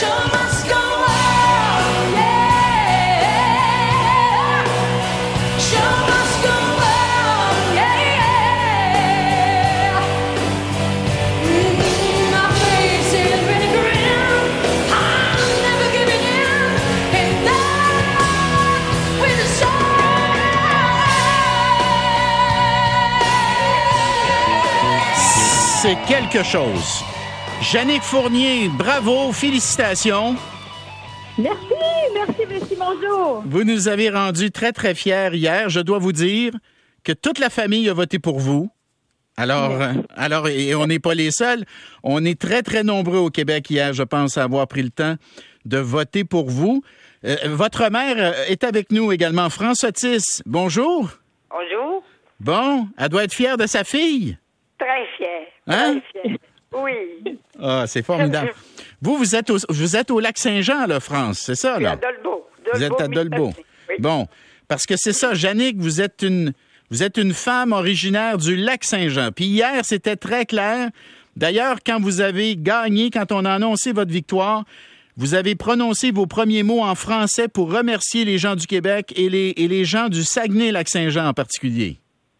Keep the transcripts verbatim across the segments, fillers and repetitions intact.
C'est quelque chose. Jannick Fournier, bravo, félicitations. Merci, merci, merci, bonjour. Vous nous avez rendus très, très fiers hier. Je dois vous dire que toute la famille a voté pour vous. Alors, euh, alors et on n'est pas les seuls. On est très, très nombreux au Québec hier, je pense, à avoir pris le temps de voter pour vous. Euh, votre mère est avec nous également, France Otis. Bonjour. Bonjour. Bon, elle doit être fière de sa fille. Très fière. Hein? Très fière. Oui. Ah, c'est formidable. Vous, vous êtes au, vous êtes au Lac-Saint-Jean, là, France, c'est ça, là? À Dolbeau. Vous êtes à Dolbeau. Oui. Bon, parce que c'est ça, Jannick, vous êtes une, vous êtes une femme originaire du Lac-Saint-Jean. Puis hier, c'était très clair. D'ailleurs, quand vous avez gagné, quand on a annoncé votre victoire, vous avez prononcé vos premiers mots en français pour remercier les gens du Québec et les, et les gens du Saguenay-Lac-Saint-Jean en particulier.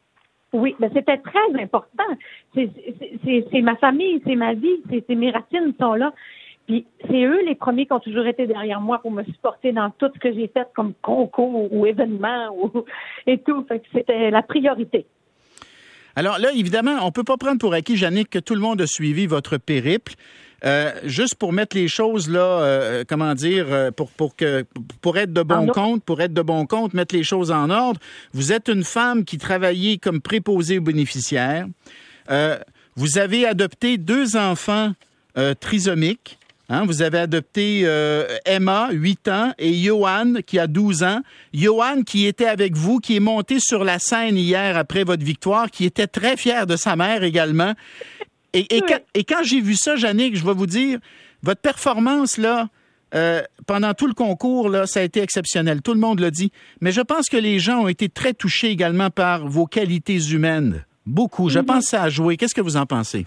Oui, mais c'était très important. C'est, c'est, c'est, c'est ma famille, c'est ma vie, c'est, c'est mes racines sont là. Puis c'est eux les premiers qui ont toujours été derrière moi pour me supporter dans tout ce que j'ai fait comme concours ou événement ou, et tout. Fait que c'était la priorité. Alors là, évidemment, on peut pas prendre pour acquis, Jannick, que tout le monde a suivi votre périple. Euh, juste pour mettre les choses là, euh, comment dire, euh, pour pour que pour être de bon compte, pour être de bon compte, mettre les choses en ordre. Vous êtes une femme qui travaillait comme préposée aux bénéficiaires. Euh, vous avez adopté deux enfants euh, trisomiques. Hein? Vous avez adopté euh, Emma, huit ans, et Johan, qui a douze ans. Johan, qui était avec vous, qui est monté sur la scène hier après votre victoire, qui était très fier de sa mère également. Et, et, oui. quand, et quand j'ai vu ça, Jannick, je vais vous dire, votre performance, là, euh, pendant tout le concours, là, ça a été exceptionnel. Tout le monde l'a dit. Mais je pense que les gens ont été très touchés également par vos qualités humaines. Beaucoup. Je mm-hmm. pense que ça a joué. Qu'est-ce que vous en pensez?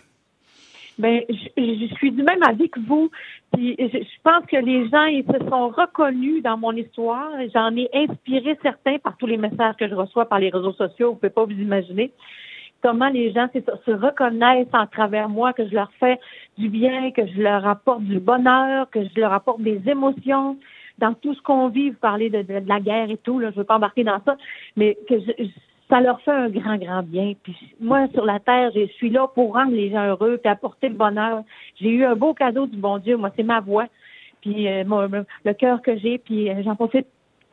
Ben, je, je suis du même avis que vous. Puis je, je pense que les gens, ils se sont reconnus dans mon histoire. J'en ai inspiré certains par tous les messages que je reçois par les réseaux sociaux. Vous pouvez pas vous imaginer comment les gens c'est ça, se reconnaissent en travers moi, que je leur fais du bien, que je leur apporte du bonheur, que je leur apporte des émotions dans tout ce qu'on vit. Vous parlez de, de, de la guerre et tout, là, je veux pas embarquer dans ça, mais que je, ça leur fait un grand, grand bien. Puis moi, sur la terre, je suis là pour rendre les gens heureux puis apporter le bonheur. J'ai eu un beau cadeau du bon Dieu. Moi, c'est ma voix, puis euh, mon, le cœur que j'ai, puis euh, j'en profite.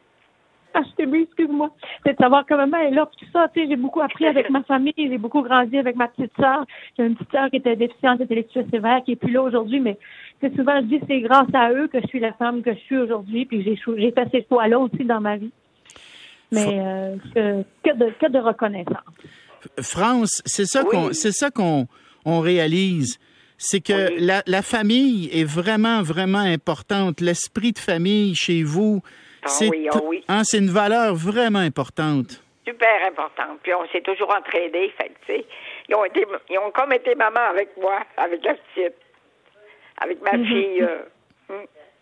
Ah, je t'ai vu, excuse-moi. C'est de savoir que maman est là, puis tout ça, tu sais, j'ai beaucoup appris avec ma famille, j'ai beaucoup grandi avec ma petite sœur. J'ai une petite sœur qui était déficiente intellectuelle sévère, qui est plus là aujourd'hui, mais c'est souvent, je dis, c'est grâce à eux que je suis la femme que je suis aujourd'hui, puis j'ai, j'ai fait ces choix-là aussi dans ma vie. Mais euh, que, que, de, que de reconnaissance. France, c'est ça oui. qu'on, c'est ça qu'on on réalise. C'est que oui. la, la famille est vraiment, vraiment importante. L'esprit de famille chez vous, Ah c'est, oui, oh oui. hein, c'est une valeur vraiment importante. Super importante. Puis on s'est toujours entraînés. Fait tu sais, ils ont été, ils ont comme été maman avec moi, avec la petite, avec ma mm-hmm. fille. Euh,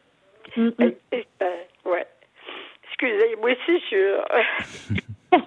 mm. euh, euh, ouais. Excusez, moi aussi, je suis...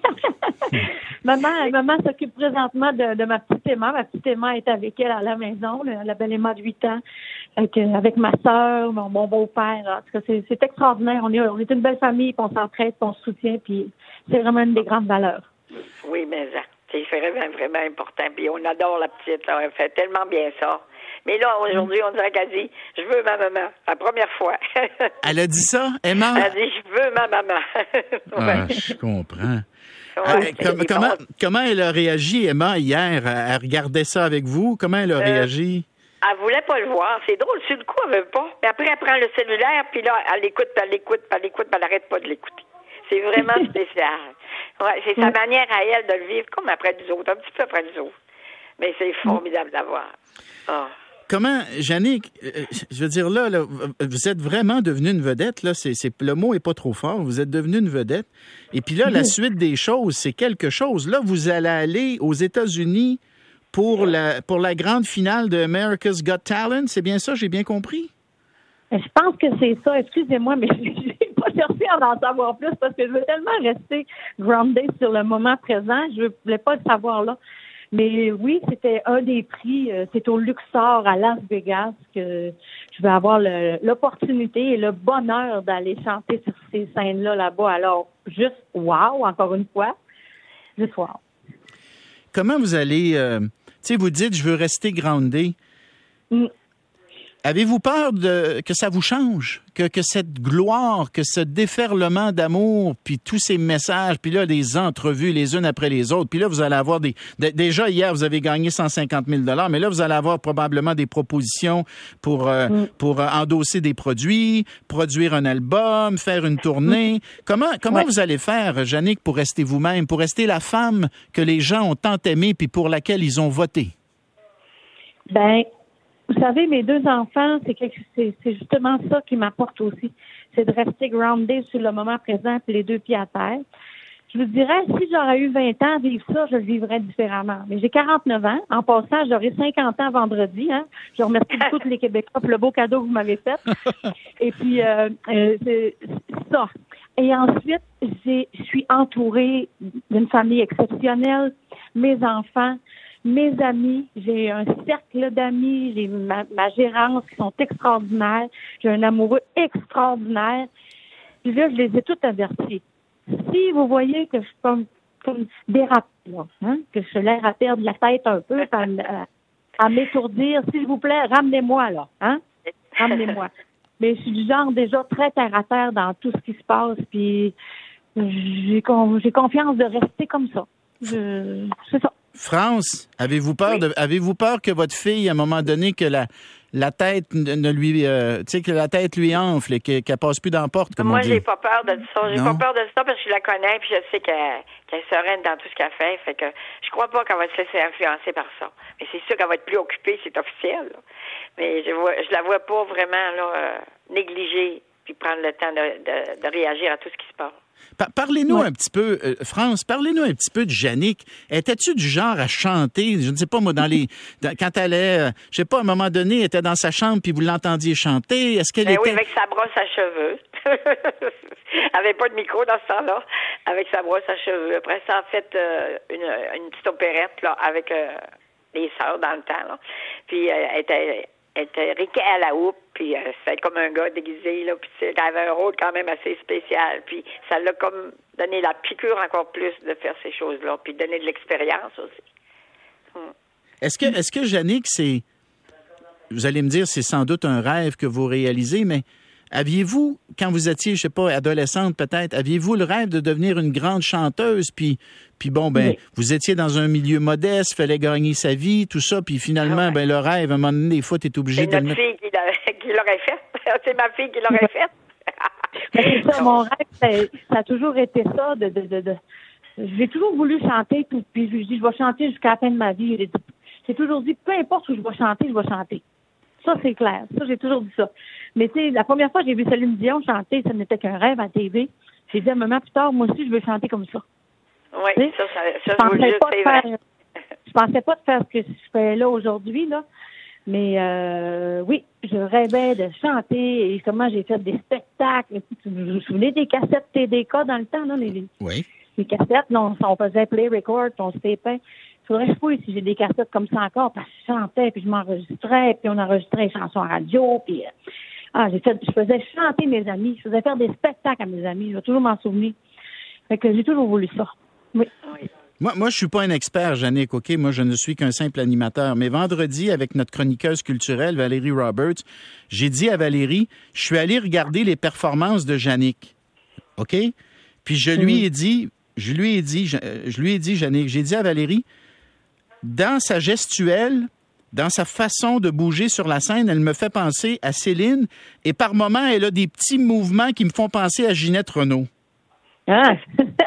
maman, maman s'occupe présentement de, de ma petite Emma. Ma petite Emma est avec elle à la maison, la belle Emma de huit ans, avec, avec ma sœur, mon, mon beau-père. En tout cas, c'est, c'est extraordinaire. On est, on est une belle famille, puis on s'entraide, puis on se soutient, puis c'est vraiment une des grandes valeurs. Oui, mais c'est vraiment, vraiment important. Puis on adore la petite, là. Elle fait tellement bien ça. Mais là, aujourd'hui, on dirait qu'elle dit « Je veux ma maman », la première fois. Elle a dit ça, Emma? Elle a dit « Je veux ma maman ». Ah, je comprends. Ouais, ah, com- comment, comment elle a réagi, Emma, hier? Elle regardait ça avec vous? Comment elle a euh, réagi? Elle voulait pas le voir. C'est drôle, sur le coup, elle veut pas. Mais après, elle prend le cellulaire, puis là, elle l'écoute, puis elle l'écoute, puis elle l'écoute, puis elle n'arrête pas de l'écouter. C'est vraiment spécial. Ouais, c'est sa manière à elle de le vivre, comme après nous autres, un petit peu après nous autres. Mais c'est formidable d'avoir. Oh. Comment, Jannick, euh, je veux dire, là, là, vous êtes vraiment devenue une vedette, là, c'est, c'est, le mot est pas trop fort, vous êtes devenue une vedette. Et puis là, la suite des choses, c'est quelque chose. Là, vous allez aller aux États-Unis pour la, pour la grande finale de America's Got Talent, c'est bien ça, j'ai bien compris? Je pense que c'est ça. Excusez-moi, mais je n'ai pas cherché à en savoir plus parce que je veux tellement rester grounded sur le moment présent. Je ne voulais pas le savoir là. Mais oui, c'était un des prix. Euh, c'est au Luxor à Las Vegas que je vais avoir le, l'opportunité et le bonheur d'aller chanter sur ces scènes-là là-bas. Alors, juste wow, encore une fois. Juste wow. Comment vous allez... Euh, tu sais, vous dites, je veux rester groundé. Mm. Avez-vous peur de que ça vous change, que, que cette gloire, que ce déferlement d'amour, puis tous ces messages, puis là, des entrevues les unes après les autres, puis là, vous allez avoir des... D- déjà, hier, vous avez gagné cent cinquante mille dollars, mais là, vous allez avoir probablement des propositions pour, euh, mm. pour euh, endosser des produits, produire un album, faire une tournée. Mm. Comment comment ouais. vous allez faire, Jannick, pour rester vous-même, pour rester la femme que les gens ont tant aimée puis pour laquelle ils ont voté? Ben... Vous savez, mes deux enfants, c'est, quelque, c'est, c'est justement ça qui m'apporte aussi. C'est de rester grounded sur le moment présent et les deux pieds à terre. Je vous dirais, si j'aurais eu vingt ans à vivre ça, je le vivrais différemment. Mais j'ai quarante-neuf ans. En passant, j'aurai cinquante ans vendredi. Hein. Je remercie beaucoup tous les Québécois pour le beau cadeau que vous m'avez fait. Et puis, euh, euh, c'est, c'est ça. Et ensuite, j'ai, je suis entourée d'une famille exceptionnelle. Mes enfants, mes amis, j'ai un cercle d'amis, j'ai ma, ma gérance qui sont extraordinaires, j'ai un amoureux extraordinaire. Puis là, je les ai tous avertis. Si vous voyez que je suis comme, comme dérapée, là, hein, que je suis l'air à perdre la tête un peu, à, à, à m'étourdir, s'il vous plaît, ramenez-moi, là, hein? Ramenez-moi. Mais je suis du genre déjà très terre à terre dans tout ce qui se passe, puis j'ai, j'ai confiance de rester comme ça. Je, c'est ça. France, avez-vous peur oui. de, avez-vous peur que votre fille, à un moment donné, que la, la tête ne lui, euh, tu sais, que la tête lui enfle et que, qu'elle passe plus dans la porte, comme Moi, on dit? j'ai pas peur de ça. J'ai non? pas peur de ça parce que je la connais puis je sais qu'elle, qu'elle est sereine dans tout ce qu'elle fait. Fait que je crois pas qu'elle va se laisser influencer par ça. Mais c'est sûr qu'elle va être plus occupée, c'est officiel. Là. Mais je vois, je la vois pas vraiment là euh, négliger puis prendre le temps de, de, de réagir à tout ce qui se passe. Pa- parlez-nous ouais. un petit peu, euh, France, parlez-nous un petit peu de Jannick. Étais-tu du genre à chanter, je ne sais pas moi, dans les, dans, quand elle allait, euh, je sais pas, à un moment donné, elle était dans sa chambre puis vous l'entendiez chanter. Est-ce qu'elle ben était... Oui, avec sa brosse à cheveux. Elle avait pas de micro dans ce temps-là, avec sa brosse à cheveux. Après ça, a fait euh, une, une petite opérette là avec euh, les sœurs dans le temps là. Puis euh, elle était Elle était riquée à la houppe, puis euh, c'était comme un gars déguisé, là, puis elle avait un rôle quand même assez spécial, puis ça l'a comme donné la piqûre encore plus de faire ces choses-là, puis donner de l'expérience aussi. Hmm. Est-ce que, est-ce que Jannick, c'est, vous allez me dire, c'est sans doute un rêve que vous réalisez, mais aviez-vous, quand vous étiez, je sais pas, adolescente peut-être, aviez-vous le rêve de devenir une grande chanteuse, puis, puis bon, ben, oui. vous étiez dans un milieu modeste, fallait gagner sa vie, tout ça, puis finalement, ouais. ben, le rêve, à un moment donné, des fois, t'es obligé c'est de... C'est notre fille qui, l'a, qui l'aurait fait. C'est ma fille qui l'aurait fait. Mais c'est ça, mon rêve, c'est, ça a toujours été ça, de, de, de, de... J'ai toujours voulu chanter, puis, puis je dis, je vais chanter jusqu'à la fin de ma vie. J'ai, j'ai toujours dit, peu importe où je vais chanter, je vais chanter. Ça, c'est clair. Ça, j'ai toujours dit ça. Mais tu sais, la première fois que j'ai vu Céline Dion chanter, ça n'était qu'un rêve à T V. J'ai dit à un moment plus tard, moi aussi, je veux chanter comme ça. Oui, ça, ça, ça, je je pensais vous pas c'est de faire, vrai. Je pensais pas de faire ce que je fais là aujourd'hui, là. Mais euh, oui, je rêvais de chanter et comment j'ai fait des spectacles. Vous vous souvenez des cassettes T D K dans le temps, là? Les, oui. Les cassettes, là, on, on faisait play record, on se tapait. Il faudrait que je fouille si j'ai des cassettes comme ça encore, parce que je chantais, puis je m'enregistrais, puis on enregistrait les chansons à radio, puis... Euh, ah, j'ai fait, je faisais chanter mes amis, je faisais faire des spectacles à mes amis, je vais toujours m'en souvenir. Fait que j'ai toujours voulu ça. Oui. oui. Moi, moi, je suis pas un expert, Jannick, OK? Moi, je ne suis qu'un simple animateur. Mais vendredi, avec notre chroniqueuse culturelle, Valérie Roberts, j'ai dit à Valérie, je suis allé regarder les performances de Jannick. OK? Puis je lui mmh. ai dit, je lui ai dit, je, je lui ai dit, Jannick, j'ai dit à Valérie, dans sa gestuelle, dans sa façon de bouger sur la scène, elle me fait penser à Céline et par moments, elle a des petits mouvements qui me font penser à Ginette Renault. Ah!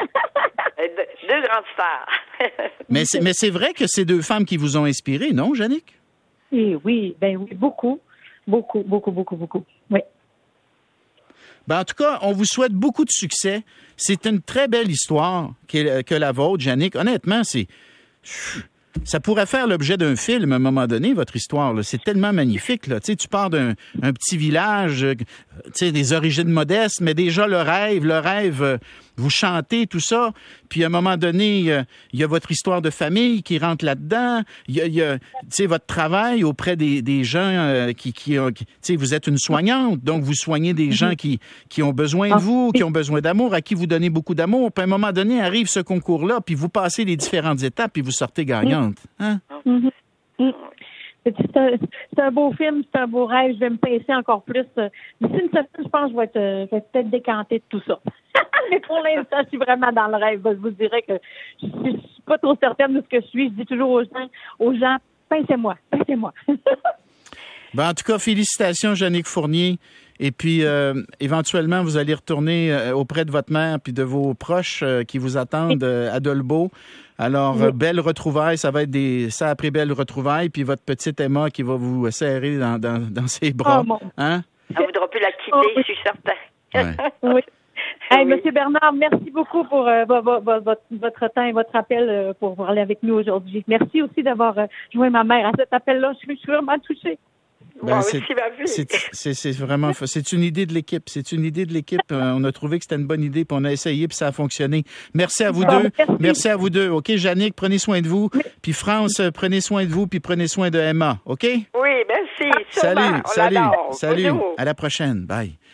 Deux grandes stars. mais, c'est, mais c'est vrai que c'est deux femmes qui vous ont inspiré, non, Jannick? Oui, oui, ben oui, beaucoup, beaucoup, beaucoup, beaucoup, beaucoup, oui. Ben, en tout cas, on vous souhaite beaucoup de succès. C'est une très belle histoire que, que la vôtre, Jannick. Honnêtement, c'est... Ça pourrait faire l'objet d'un film à un moment donné, votre histoire. Là. C'est tellement magnifique. Là. Tu sais, tu pars d'un un petit village, euh, tu sais, des origines modestes, mais déjà le rêve, le rêve, euh, vous chantez, tout ça. Puis à un moment donné, il euh, y a votre histoire de famille qui rentre là-dedans. Il y a, y a tu sais, votre travail auprès des, des gens euh, qui, qui, qui tu sais, vous êtes une soignante, donc vous soignez des gens qui, qui ont besoin de vous, qui ont besoin d'amour, à qui vous donnez beaucoup d'amour. Puis à un moment donné, arrive ce concours-là, puis vous passez les différentes étapes, puis vous sortez gagnante. Hein? Mm-hmm. Mm-hmm. C'est un, c'est un beau film, c'est un beau rêve. Je vais me pincer encore plus. D'ici une semaine, je pense que je vais, être, je vais être peut-être décantée de tout ça. Mais pour l'instant, je suis vraiment dans le rêve. Je vous dirais que je ne suis pas trop certaine de ce que je suis. Je dis toujours aux gens, aux gens, pincez-moi, pincez-moi. Ben, en tout cas, félicitations, Jannick Fournier. Et puis, euh, éventuellement, vous allez retourner euh, auprès de votre mère puis de vos proches euh, qui vous attendent euh, à Dolbeau. Alors, euh, belle retrouvaille, ça va être des ça après belle retrouvaille, puis votre petite Emma qui va vous serrer dans, dans, dans ses bras. Oh, hein? Elle ne voudra plus la quitter, oh, oui. Je suis certain. Ouais. Oui. Hey, oui. Monsieur Bernard, merci beaucoup pour euh, votre, votre, votre temps et votre appel euh, pour parler avec nous aujourd'hui. Merci aussi d'avoir euh, joint ma mère à cet appel-là. Je suis, je suis vraiment touchée. Ben, wow, c'est, c'est, c'est, c'est vraiment, c'est une idée de l'équipe. C'est une idée de l'équipe. Euh, on a trouvé que c'était une bonne idée, puis on a essayé, puis ça a fonctionné. Merci à vous bon, deux. Merci. merci à vous deux. OK, Jannick, prenez soin de vous. Puis France, prenez soin de vous, puis prenez soin de Emma. OK? Oui, merci. Salut, Sûrement. salut, salut. Bonjour. À la prochaine. Bye.